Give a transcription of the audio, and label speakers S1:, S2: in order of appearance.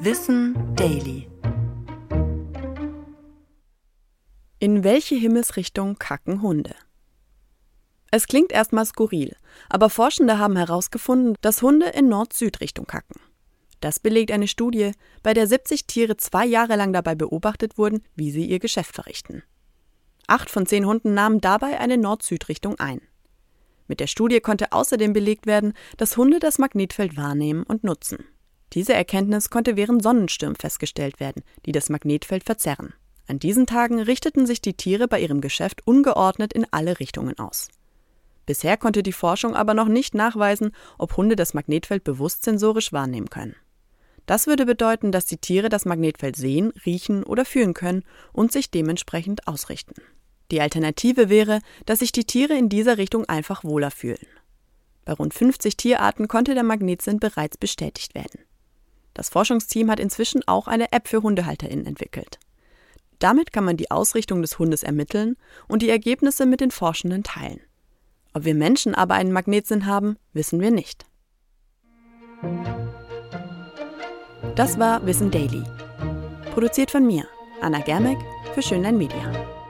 S1: Wissen Daily. In welche Himmelsrichtung kacken Hunde? Es klingt erstmal skurril, aber Forschende haben herausgefunden, dass Hunde in Nord-Süd-Richtung kacken. Das belegt eine Studie, bei der 70 Tiere 2 Jahre lang dabei beobachtet wurden, wie sie ihr Geschäft verrichten. 8 von 10 Hunden nahmen dabei eine Nord-Süd-Richtung ein. Mit der Studie konnte außerdem belegt werden, dass Hunde das Magnetfeld wahrnehmen und nutzen. Diese Erkenntnis konnte während Sonnenstürmen festgestellt werden, die das Magnetfeld verzerren. An diesen Tagen richteten sich die Tiere bei ihrem Geschäft ungeordnet in alle Richtungen aus. Bisher konnte die Forschung aber noch nicht nachweisen, ob Hunde das Magnetfeld bewusst sensorisch wahrnehmen können. Das würde bedeuten, dass die Tiere das Magnetfeld sehen, riechen oder fühlen können und sich dementsprechend ausrichten. Die Alternative wäre, dass sich die Tiere in dieser Richtung einfach wohler fühlen. Bei rund 50 Tierarten konnte der Magnetsinn bereits bestätigt werden. Das Forschungsteam hat inzwischen auch eine App für HundehalterInnen entwickelt. Damit kann man die Ausrichtung des Hundes ermitteln und die Ergebnisse mit den Forschenden teilen. Ob wir Menschen aber einen Magnetsinn haben, wissen wir nicht. Das war Wissen Daily. Produziert von mir, Anna Germeck, für Schönlein Media.